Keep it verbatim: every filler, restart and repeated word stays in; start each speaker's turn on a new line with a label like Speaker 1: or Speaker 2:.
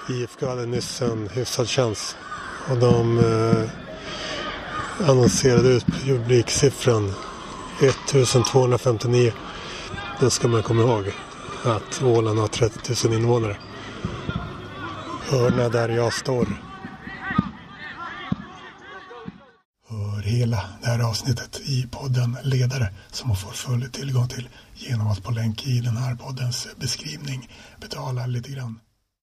Speaker 1: I F K hade nyss en hyfsad chans. Och de eh, annonserade ut publiksiffran ettusentvåhundrafemtionio. Då ska man komma ihåg att Åland har trettio tusen invånare. Hörna där jag står. Hör hela det här avsnittet i podden Ledare som man får full tillgång till genom att på länk i den här poddens beskrivning betala lite grann.